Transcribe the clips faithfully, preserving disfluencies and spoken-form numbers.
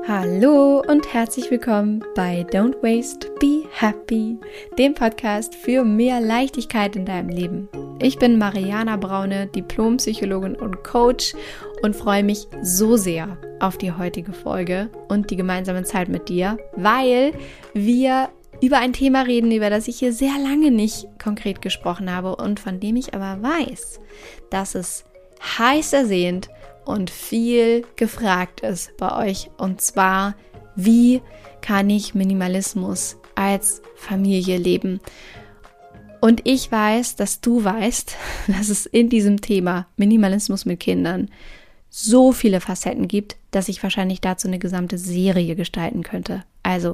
Hallo und herzlich willkommen bei Don't Waste, Be Happy, dem Podcast für mehr Leichtigkeit in deinem Leben. Ich bin Mariana Braune, Diplompsychologin und Coach und freue mich so sehr auf die heutige Folge und die gemeinsame Zeit mit dir, weil wir über ein Thema reden, über das ich hier sehr lange nicht konkret gesprochen habe und von dem ich aber weiß, dass es heiß ersehnt und viel gefragt ist bei euch. Und zwar, wie kann ich Minimalismus als Familie leben? Und ich weiß, dass du weißt, dass es in diesem Thema Minimalismus mit Kindern so viele Facetten gibt, dass ich wahrscheinlich dazu eine gesamte Serie gestalten könnte. Also,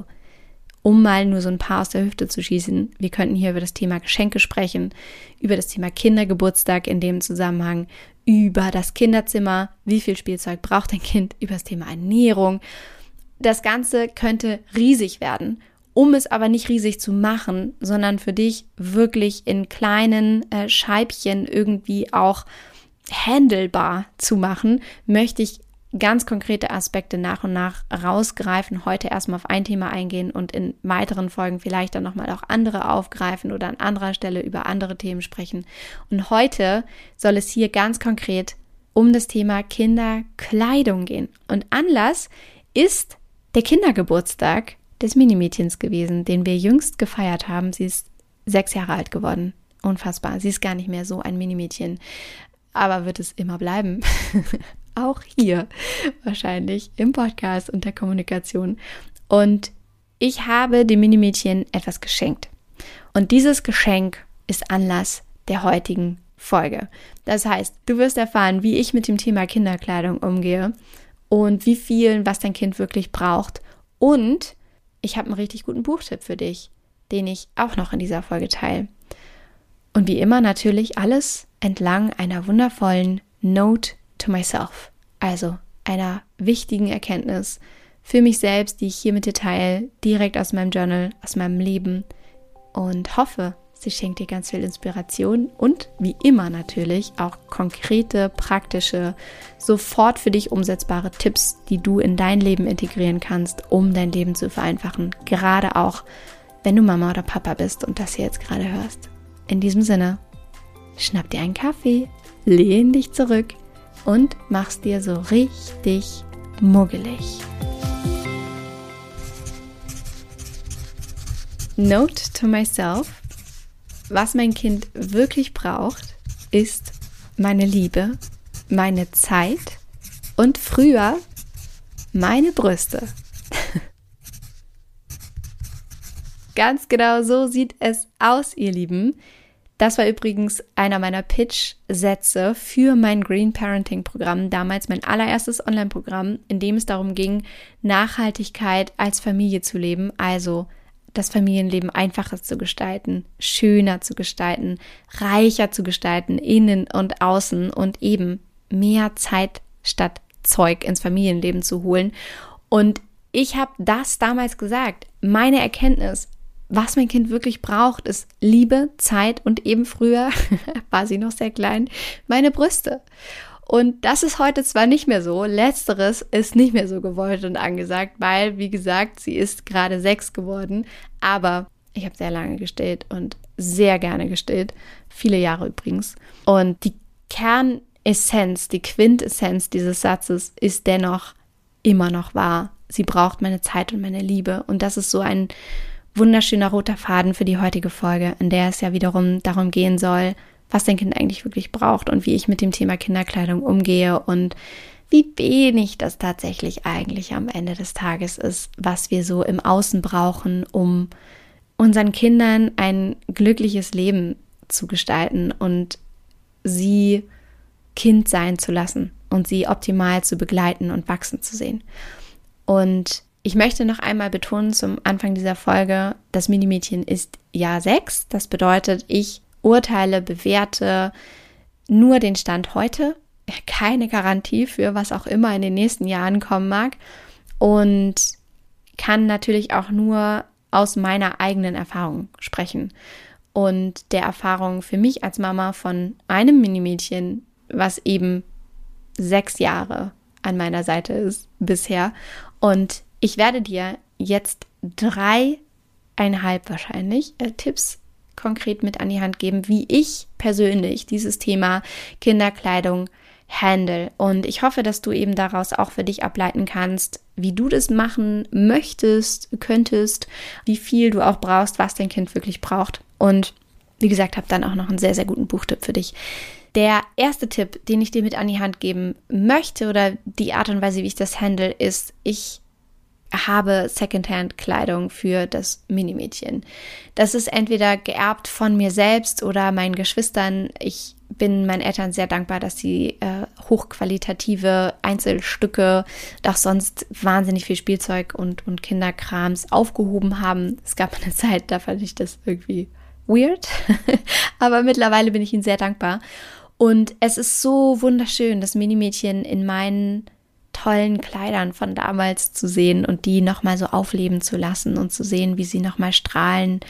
um mal nur so ein paar aus der Hüfte zu schießen, wir könnten hier über das Thema Geschenke sprechen, über das Thema Kindergeburtstag in dem Zusammenhang, über das Kinderzimmer, wie viel Spielzeug braucht ein Kind, über das Thema Ernährung. Das Ganze könnte riesig werden, um es aber nicht riesig zu machen, sondern für dich wirklich in kleinen äh, Scheibchen irgendwie auch handelbar zu machen, möchte ich ganz konkrete Aspekte nach und nach rausgreifen, heute erstmal auf ein Thema eingehen und in weiteren Folgen vielleicht dann nochmal auch andere aufgreifen oder an anderer Stelle über andere Themen sprechen. Und heute soll es hier ganz konkret um das Thema Kinderkleidung gehen. Und Anlass ist der Kindergeburtstag des Minimädchens gewesen, den wir jüngst gefeiert haben. Sie ist sechs Jahre alt geworden. Unfassbar. Sie ist gar nicht mehr so ein Minimädchen, aber wird es immer bleiben. Auch hier wahrscheinlich im Podcast und der Kommunikation. Und ich habe dem Minimädchen etwas geschenkt. Und dieses Geschenk ist Anlass der heutigen Folge. Das heißt, du wirst erfahren, wie ich mit dem Thema Kinderkleidung umgehe und wie viel, was dein Kind wirklich braucht. Und ich habe einen richtig guten Buchtipp für dich, den ich auch noch in dieser Folge teile. Und wie immer natürlich alles entlang einer wundervollen Note to myself, also einer wichtigen Erkenntnis für mich selbst, die ich hier mit dir teile, direkt aus meinem Journal, aus meinem Leben und hoffe, sie schenkt dir ganz viel Inspiration und wie immer natürlich auch konkrete, praktische, sofort für dich umsetzbare Tipps, die du in dein Leben integrieren kannst, um dein Leben zu vereinfachen, gerade auch, wenn du Mama oder Papa bist und das hier jetzt gerade hörst. In diesem Sinne, schnapp dir einen Kaffee, lehn dich zurück und mach's dir so richtig muggelig. Note to myself: Was mein Kind wirklich braucht, ist meine Liebe, meine Zeit und früher meine Brüste. Ganz genau so sieht es aus, ihr Lieben. Das war übrigens einer meiner Pitch-Sätze für mein Green Parenting-Programm, damals mein allererstes Online-Programm, in dem es darum ging, Nachhaltigkeit als Familie zu leben, also das Familienleben einfacher zu gestalten, schöner zu gestalten, reicher zu gestalten, innen und außen und eben mehr Zeit statt Zeug ins Familienleben zu holen. Und ich habe das damals gesagt, meine Erkenntnis, was mein Kind wirklich braucht, ist Liebe, Zeit und eben früher, war sie noch sehr klein, meine Brüste. Und das ist heute zwar nicht mehr so, letzteres ist nicht mehr so gewollt und angesagt, weil, wie gesagt, sie ist gerade sechs geworden, aber ich habe sehr lange gestillt und sehr gerne gestillt, viele Jahre übrigens. Und die Kernessenz, die Quintessenz dieses Satzes ist dennoch immer noch wahr. Sie braucht meine Zeit und meine Liebe und das ist so ein wunderschöner roter Faden für die heutige Folge, in der es ja wiederum darum gehen soll, was dein Kind eigentlich wirklich braucht und wie ich mit dem Thema Kinderkleidung umgehe und wie wenig das tatsächlich eigentlich am Ende des Tages ist, was wir so im Außen brauchen, um unseren Kindern ein glückliches Leben zu gestalten und sie Kind sein zu lassen und sie optimal zu begleiten und wachsen zu sehen. Und ich möchte noch einmal betonen zum Anfang dieser Folge, das Minimädchen ist Jahr sechs. Das bedeutet, ich urteile, bewerte nur den Stand heute, keine Garantie für was auch immer in den nächsten Jahren kommen mag und kann natürlich auch nur aus meiner eigenen Erfahrung sprechen und der Erfahrung für mich als Mama von einem Minimädchen, was eben sechs Jahre an meiner Seite ist bisher. Und ich werde dir jetzt dreieinhalb wahrscheinlich äh, Tipps konkret mit an die Hand geben, wie ich persönlich dieses Thema Kinderkleidung handle. Und ich hoffe, dass du eben daraus auch für dich ableiten kannst, wie du das machen möchtest, könntest, wie viel du auch brauchst, was dein Kind wirklich braucht. Und wie gesagt, habe dann auch noch einen sehr, sehr guten Buchtipp für dich. Der erste Tipp, den ich dir mit an die Hand geben möchte oder die Art und Weise, wie ich das handle, ist, ich habe Secondhand-Kleidung für das Minimädchen. Das ist entweder geerbt von mir selbst oder meinen Geschwistern. Ich bin meinen Eltern sehr dankbar, dass sie äh, hochqualitative Einzelstücke, doch sonst wahnsinnig viel Spielzeug und, und Kinderkrams aufgehoben haben. Es gab eine Zeit, da fand ich das irgendwie weird, aber mittlerweile bin ich ihnen sehr dankbar. Und es ist so wunderschön, das Minimädchen in meinen tollen Kleidern von damals zu sehen und die nochmal so aufleben zu lassen und zu sehen, wie sie nochmal strahlen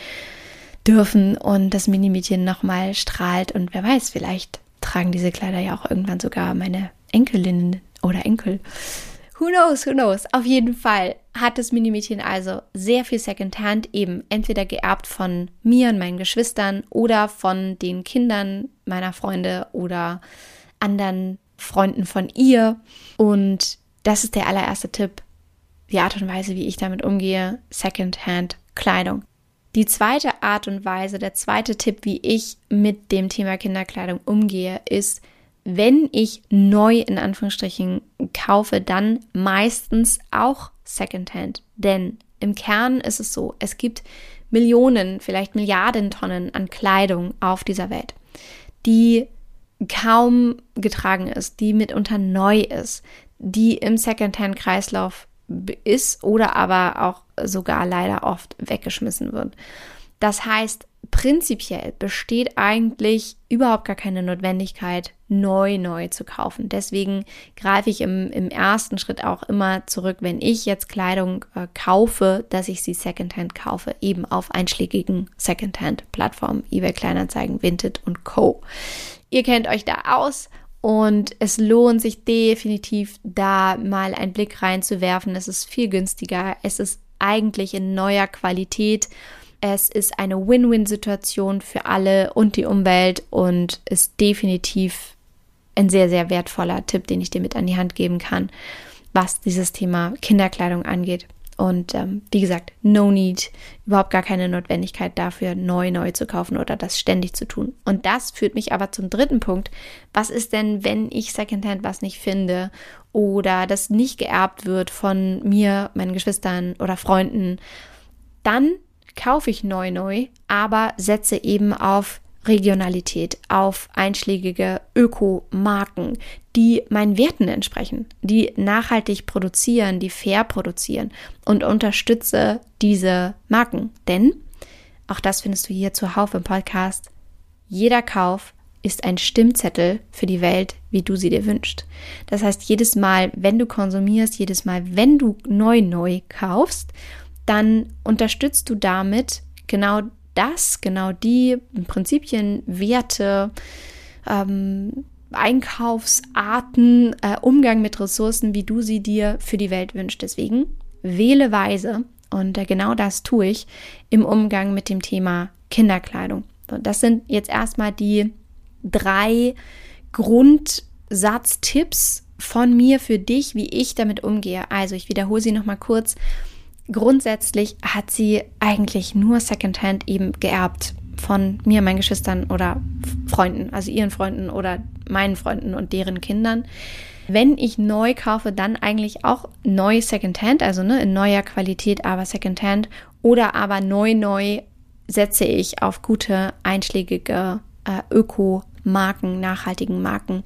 dürfen und das Minimädchen nochmal strahlt. Und wer weiß, vielleicht tragen diese Kleider ja auch irgendwann sogar meine Enkelinnen oder Enkel. Who knows, who knows? Auf jeden Fall hat das Minimädchen also sehr viel Secondhand, eben entweder geerbt von mir und meinen Geschwistern oder von den Kindern meiner Freunde oder anderen Freunden von ihr. Und das ist der allererste Tipp, die Art und Weise, wie ich damit umgehe, Secondhand-Kleidung. Die zweite Art und Weise, der zweite Tipp, wie ich mit dem Thema Kinderkleidung umgehe, ist, wenn ich neu in Anführungsstrichen kaufe, dann meistens auch Secondhand. Denn im Kern ist es so, es gibt Millionen, vielleicht Milliarden Tonnen an Kleidung auf dieser Welt, die kaum getragen ist, die mitunter neu ist, die im Secondhand-Kreislauf ist oder aber auch sogar leider oft weggeschmissen wird. Das heißt, prinzipiell besteht eigentlich überhaupt gar keine Notwendigkeit, neu, neu zu kaufen. Deswegen greife ich im, im ersten Schritt auch immer zurück, wenn ich jetzt Kleidung äh, kaufe, dass ich sie Secondhand kaufe, eben auf einschlägigen Secondhand-Plattformen, eBay Kleinanzeigen, Vinted und Co. Ihr kennt euch da aus und es lohnt sich definitiv, da mal einen Blick reinzuwerfen. Es ist viel günstiger, es ist eigentlich in neuer Qualität. Es ist eine Win-Win-Situation für alle und die Umwelt und ist definitiv ein sehr, sehr wertvoller Tipp, den ich dir mit an die Hand geben kann, was dieses Thema Kinderkleidung angeht. Und ähm, wie gesagt, no need, überhaupt gar keine Notwendigkeit dafür, neu, neu zu kaufen oder das ständig zu tun. Und das führt mich aber zum dritten Punkt. Was ist denn, wenn ich Secondhand was nicht finde oder das nicht geerbt wird von mir, meinen Geschwistern oder Freunden? Dann kaufe ich neu, neu, aber setze eben auf Regionalität, auf einschlägige Ökomarken, die meinen Werten entsprechen, die nachhaltig produzieren, die fair produzieren und unterstütze diese Marken. Denn, auch das findest du hier zuhauf im Podcast, jeder Kauf ist ein Stimmzettel für die Welt, wie du sie dir wünschst. Das heißt, jedes Mal, wenn du konsumierst, jedes Mal, wenn du neu, neu kaufst, dann unterstützt du damit genau das, genau die Prinzipien, Werte, ähm, Einkaufsarten, äh, Umgang mit Ressourcen, wie du sie dir für die Welt wünschst. Deswegen wähle weise und äh, genau das tue ich im Umgang mit dem Thema Kinderkleidung. Und das sind jetzt erstmal die drei Grundsatztipps von mir für dich, wie ich damit umgehe. Also ich wiederhole sie nochmal kurz. Grundsätzlich hat sie eigentlich nur Secondhand eben geerbt von mir, meinen Geschwistern oder Freunden, also ihren Freunden oder meinen Freunden und deren Kindern. Wenn ich neu kaufe, dann eigentlich auch neu Secondhand, also ne, in neuer Qualität, aber Secondhand oder aber neu, neu setze ich auf gute, einschlägige äh, Öko-Marken, nachhaltigen Marken.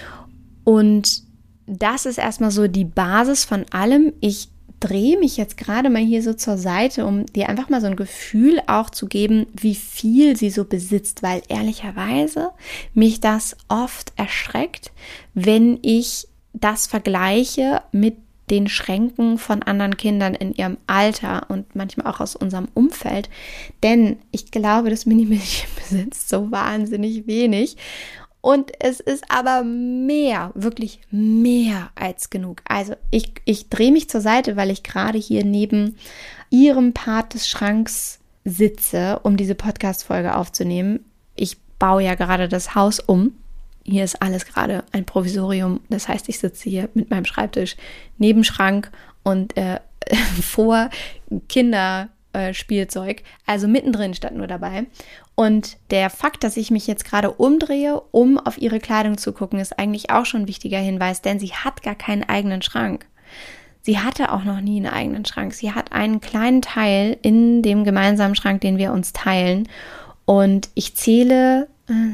Und das ist erstmal so die Basis von allem. Ich drehe mich jetzt gerade mal hier so zur Seite, um dir einfach mal so ein Gefühl auch zu geben, wie viel sie so besitzt, weil ehrlicherweise mich das oft erschreckt, wenn ich das vergleiche mit den Schränken von anderen Kindern in ihrem Alter und manchmal auch aus unserem Umfeld, denn ich glaube, das Minimädchen besitzt so wahnsinnig wenig Und es ist aber mehr, wirklich mehr als genug. Also ich, ich drehe mich zur Seite, weil ich gerade hier neben ihrem Part des Schranks sitze, um diese Podcast-Folge aufzunehmen. Ich baue ja gerade das Haus um. Hier ist alles gerade ein Provisorium. Das heißt, ich sitze hier mit meinem Schreibtisch neben Schrank und äh, vor Kinderspielzeug. Äh, also mittendrin statt nur dabei. Und der Fakt, dass ich mich jetzt gerade umdrehe, um auf ihre Kleidung zu gucken, ist eigentlich auch schon ein wichtiger Hinweis, denn sie hat gar keinen eigenen Schrank. Sie hatte auch noch nie einen eigenen Schrank. Sie hat einen kleinen Teil in dem gemeinsamen Schrank, den wir uns teilen. Und ich zähle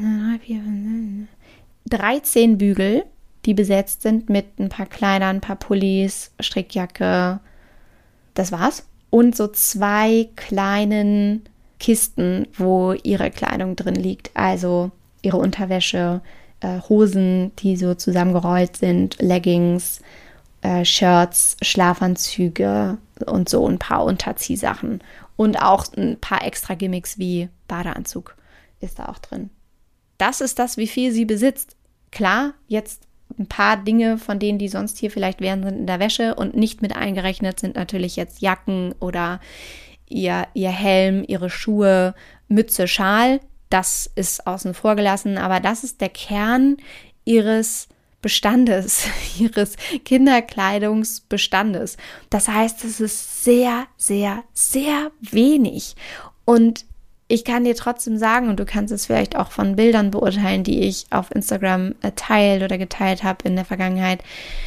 dreizehn Bügel, die besetzt sind mit ein paar Kleidern, ein paar Pullis, Strickjacke. Das war's. Und so zwei kleinen Kisten, wo ihre Kleidung drin liegt, also ihre Unterwäsche, äh, Hosen, die so zusammengerollt sind, Leggings, äh, Shirts, Schlafanzüge und so ein paar Unterziehsachen und auch ein paar extra Gimmicks wie Badeanzug ist da auch drin. Das ist das, wie viel sie besitzt. Klar, jetzt ein paar Dinge von denen, die sonst hier vielleicht wären, sind in der Wäsche und nicht mit eingerechnet sind natürlich jetzt Jacken oder Ihr, ihr Helm, ihre Schuhe, Mütze, Schal, das ist außen vor gelassen, aber das ist der Kern ihres Bestandes, ihres Kinderkleidungsbestandes. Das heißt, es ist sehr, sehr, sehr wenig. Und ich kann dir trotzdem sagen, und du kannst es vielleicht auch von Bildern beurteilen, die ich auf Instagram teile oder geteilt habe in der Vergangenheit,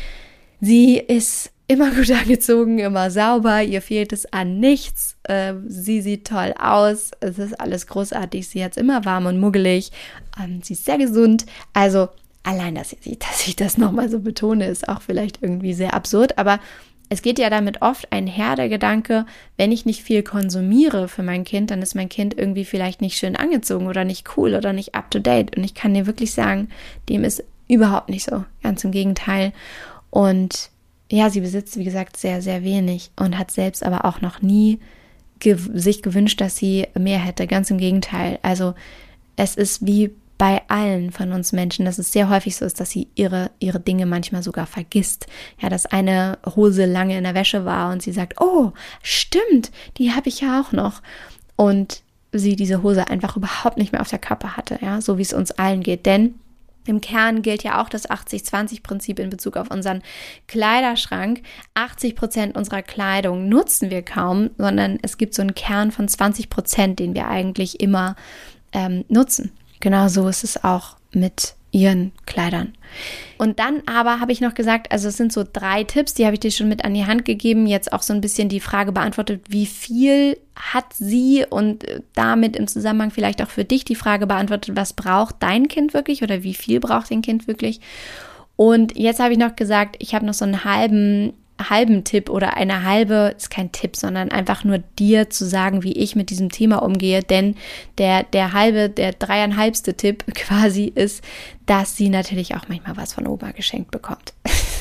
sie ist immer gut angezogen, immer sauber, ihr fehlt es an nichts, äh, sie sieht toll aus, es ist alles großartig, sie hat es immer warm und muggelig, ähm, sie ist sehr gesund, also allein, dass, sie, dass ich das nochmal so betone, ist auch vielleicht irgendwie sehr absurd, aber es geht ja damit oft einher der Gedanke, wenn ich nicht viel konsumiere für mein Kind, dann ist mein Kind irgendwie vielleicht nicht schön angezogen oder nicht cool oder nicht up to date und ich kann dir wirklich sagen, dem ist überhaupt nicht so, ganz im Gegenteil und ja, sie besitzt, wie gesagt, sehr, sehr wenig und hat selbst aber auch noch nie ge- sich gewünscht, dass sie mehr hätte. Ganz im Gegenteil. Also es ist wie bei allen von uns Menschen, dass es sehr häufig so ist, dass sie ihre, ihre Dinge manchmal sogar vergisst. Ja, dass eine Hose lange in der Wäsche war und sie sagt, oh, stimmt, die habe ich ja auch noch. Und sie diese Hose einfach überhaupt nicht mehr auf der Kappe hatte, ja, so wie es uns allen geht. Denn im Kern gilt ja auch das achtzig zwanzig Prinzip in Bezug auf unseren Kleiderschrank. achtzig Prozent unserer Kleidung nutzen wir kaum, sondern es gibt so einen Kern von zwanzig Prozent, den wir eigentlich immer ähm, nutzen. Genau so ist es auch mit ihren Kleidern. Und dann aber habe ich noch gesagt, also es sind so drei Tipps, die habe ich dir schon mit an die Hand gegeben, jetzt auch so ein bisschen die Frage beantwortet, wie viel hat sie und damit im Zusammenhang vielleicht auch für dich die Frage beantwortet, was braucht dein Kind wirklich oder wie viel braucht dein Kind wirklich? Und jetzt habe ich noch gesagt, ich habe noch so einen halben halben Tipp oder eine halbe, ist kein Tipp, sondern einfach nur dir zu sagen, wie ich mit diesem Thema umgehe, denn der, der halbe, der dreieinhalbste Tipp quasi ist, dass sie natürlich auch manchmal was von Oma geschenkt bekommt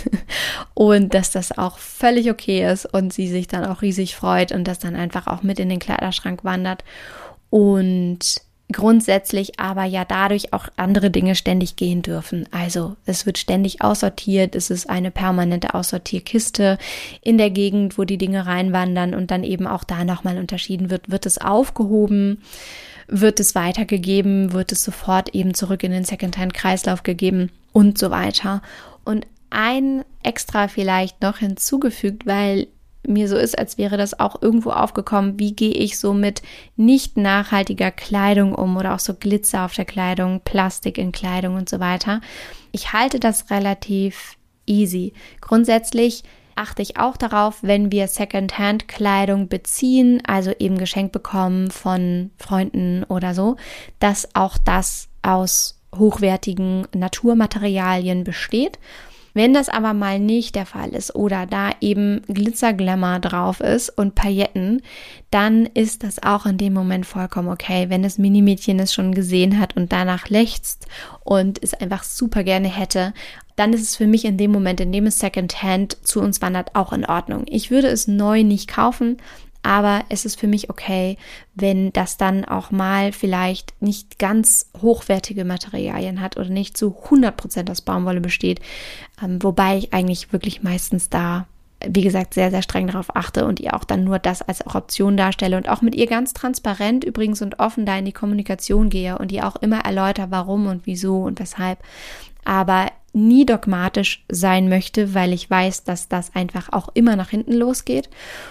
und dass das auch völlig okay ist und sie sich dann auch riesig freut und das dann einfach auch mit in den Kleiderschrank wandert und grundsätzlich aber ja dadurch auch andere Dinge ständig gehen dürfen. Also es wird ständig aussortiert, es ist eine permanente Aussortierkiste in der Gegend, wo die Dinge reinwandern und dann eben auch da nochmal unterschieden wird, wird es aufgehoben, wird es weitergegeben, wird es sofort eben zurück in den Secondhand-Kreislauf gegeben und so weiter. Und ein Extra vielleicht noch hinzugefügt, weil mir so ist, als wäre das auch irgendwo aufgekommen, wie gehe ich so mit nicht nachhaltiger Kleidung um oder auch so Glitzer auf der Kleidung, Plastik in Kleidung und so weiter. Ich halte das relativ easy. Grundsätzlich achte ich auch darauf, wenn wir Secondhand-Kleidung beziehen, also eben geschenkt bekommen von Freunden oder so, dass auch das aus hochwertigen Naturmaterialien besteht. Wenn das aber mal nicht der Fall ist oder da eben Glitzerglamour drauf ist und Pailletten, dann ist das auch in dem Moment vollkommen okay. Wenn das Minimädchen es schon gesehen hat und danach lechzt und es einfach super gerne hätte, dann ist es für mich in dem Moment, in dem es Secondhand zu uns wandert, auch in Ordnung. Ich würde es neu nicht kaufen, aber es ist für mich okay, wenn das dann auch mal vielleicht nicht ganz hochwertige Materialien hat oder nicht zu hundert Prozent aus Baumwolle besteht, ähm, wobei ich eigentlich wirklich meistens da, wie gesagt, sehr, sehr streng darauf achte und ihr auch dann nur das als auch Option darstelle und auch mit ihr ganz transparent übrigens und offen da in die Kommunikation gehe und ihr auch immer erläutere, warum und wieso und weshalb, aber nie dogmatisch sein möchte, weil ich weiß, dass das einfach auch immer nach hinten losgeht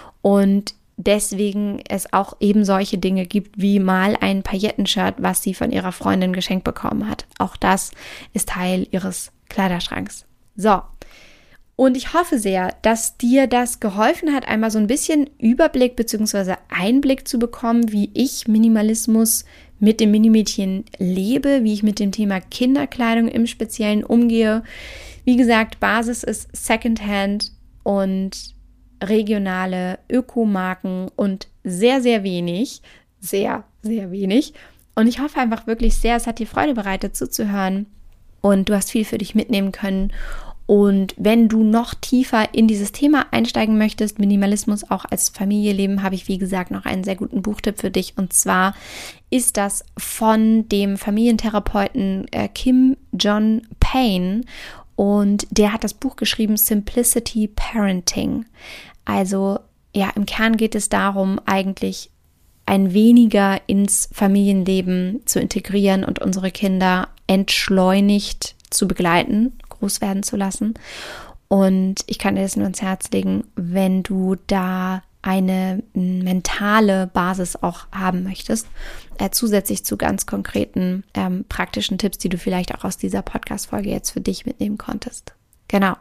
und deswegen es auch eben solche Dinge gibt, wie mal ein Paillettenshirt, was sie von ihrer Freundin geschenkt bekommen hat. Auch das ist Teil ihres Kleiderschranks. So. Und ich hoffe sehr, dass dir das geholfen hat, einmal so ein bisschen Überblick bzw. Einblick zu bekommen, wie ich Minimalismus mit dem Minimädchen lebe, wie ich mit dem Thema Kinderkleidung im Speziellen umgehe. Wie gesagt, Basis ist Secondhand und regionale Ökomarken und sehr, sehr wenig, sehr, sehr wenig. Und ich hoffe einfach wirklich sehr, es hat dir Freude bereitet zuzuhören und du hast viel für dich mitnehmen können. Und wenn du noch tiefer in dieses Thema einsteigen möchtest, Minimalismus auch als Familie leben, habe ich wie gesagt noch einen sehr guten Buchtipp für dich. Und zwar ist das von dem Familientherapeuten äh, Kim John Payne und der hat das Buch geschrieben Simplicity Parenting. Also ja, im Kern geht es darum, eigentlich ein weniger ins Familienleben zu integrieren und unsere Kinder entschleunigt zu begleiten, groß werden zu lassen. Und ich kann dir das nur ans Herz legen, wenn du da eine mentale Basis auch haben möchtest, äh, zusätzlich zu ganz konkreten ähm, praktischen Tipps, die du vielleicht auch aus dieser Podcast-Folge jetzt für dich mitnehmen konntest. Genau.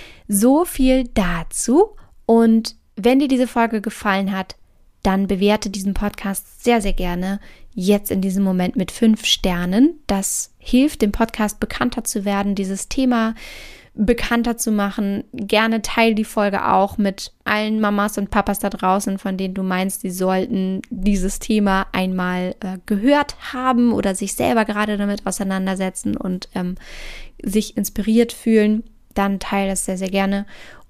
So viel dazu. Und wenn dir diese Folge gefallen hat, dann bewerte diesen Podcast sehr, sehr gerne jetzt in diesem Moment mit fünf Sternen. Das hilft, dem Podcast bekannter zu werden, dieses Thema bekannter zu machen. Gerne teile die Folge auch mit allen Mamas und Papas da draußen, von denen du meinst, sie sollten dieses Thema einmal äh, gehört haben oder sich selber gerade damit auseinandersetzen und ähm, sich inspiriert fühlen. Dann teile das sehr, sehr gerne.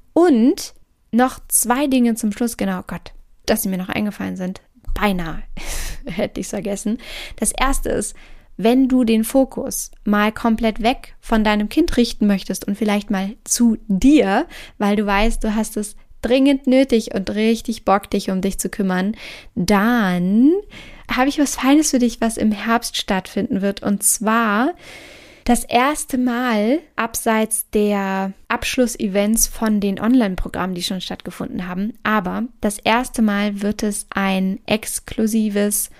Und noch zwei Dinge zum Schluss. Genau, Gott. dass sie mir noch eingefallen sind. Beinahe hätte ich es vergessen. Das erste ist, wenn du den Fokus mal komplett weg von deinem Kind richten möchtest und vielleicht mal zu dir, weil du weißt, du hast es dringend nötig und richtig Bock, dich um dich zu kümmern, dann habe ich was Feines für dich, was im Herbst stattfinden wird. Und zwar das erste Mal abseits der Abschlussevents von den Online-Programmen, die schon stattgefunden haben. Aber das erste Mal wird es ein exklusives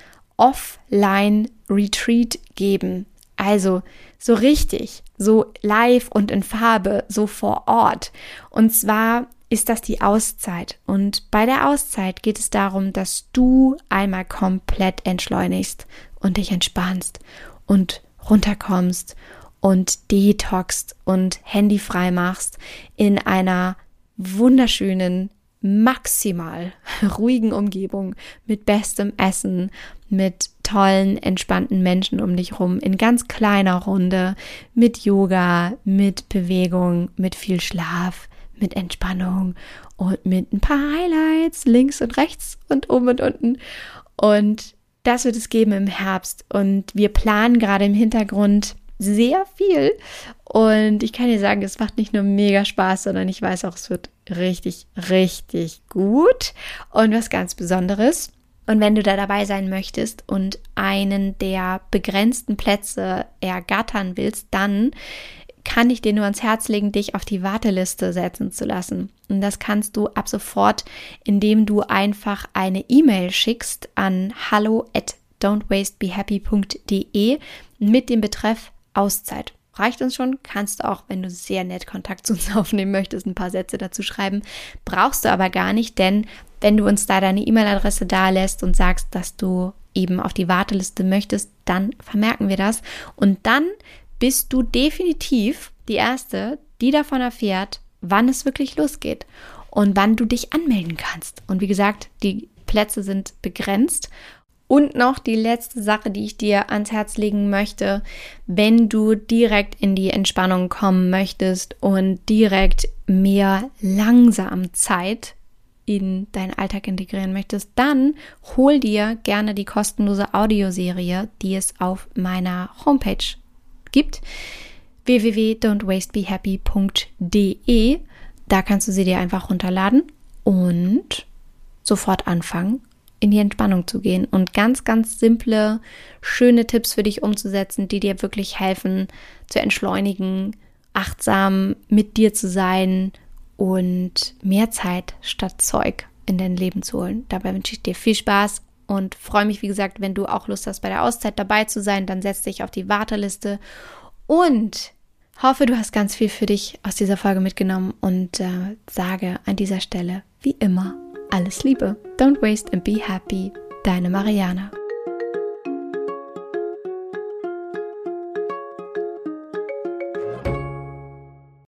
Offline-Retreat geben. Also so richtig, so live und in Farbe, so vor Ort. Und zwar ist das die Auszeit. Und bei der Auszeit geht es darum, dass du einmal komplett entschleunigst und dich entspannst und runterkommst und detoxst und handyfrei machst in einer wunderschönen, maximal ruhigen Umgebung mit bestem Essen, mit tollen, entspannten Menschen um dich rum, in ganz kleiner Runde, mit Yoga, mit Bewegung, mit viel Schlaf, mit Entspannung und mit ein paar Highlights links und rechts und oben und unten. Und das wird es geben im Herbst. Und wir planen gerade im Hintergrund sehr viel. Und ich kann dir sagen, es macht nicht nur mega Spaß, sondern ich weiß auch, es wird richtig, richtig gut und was ganz Besonderes. Und wenn du da dabei sein möchtest und einen der begrenzten Plätze ergattern willst, dann kann ich dir nur ans Herz legen, dich auf die Warteliste setzen zu lassen. Und das kannst du ab sofort, indem du einfach eine E-Mail schickst an hallo at don'twastebehappy punkt de mit dem Betreff Auszeit. Reicht uns schon, kannst du auch, wenn du sehr nett Kontakt zu uns aufnehmen möchtest, ein paar Sätze dazu schreiben. Brauchst du aber gar nicht, denn wenn du uns da deine E-Mail-Adresse da lässt und sagst, dass du eben auf die Warteliste möchtest, dann vermerken wir das. Und dann bist du definitiv die Erste, die davon erfährt, wann es wirklich losgeht und wann du dich anmelden kannst. Und wie gesagt, die Plätze sind begrenzt. Und noch die letzte Sache, die ich dir ans Herz legen möchte, wenn du direkt in die Entspannung kommen möchtest und direkt mehr langsam Zeit in deinen Alltag integrieren möchtest, dann hol dir gerne die kostenlose Audioserie, die es auf meiner Homepage gibt, w w w punkt don't waste be happy punkt d e. Da kannst du sie dir einfach runterladen und sofort anfangen, in die Entspannung zu gehen und ganz, ganz simple, schöne Tipps für dich umzusetzen, die dir wirklich helfen, zu entschleunigen, achtsam mit dir zu sein und mehr Zeit statt Zeug in dein Leben zu holen. Dabei wünsche ich dir viel Spaß und freue mich, wie gesagt, wenn du auch Lust hast, bei der Auszeit dabei zu sein, dann setz dich auf die Warteliste und hoffe, du hast ganz viel für dich aus dieser Folge mitgenommen und äh, sage an dieser Stelle, wie immer, alles Liebe. Don't waste and be happy. Deine Mariana.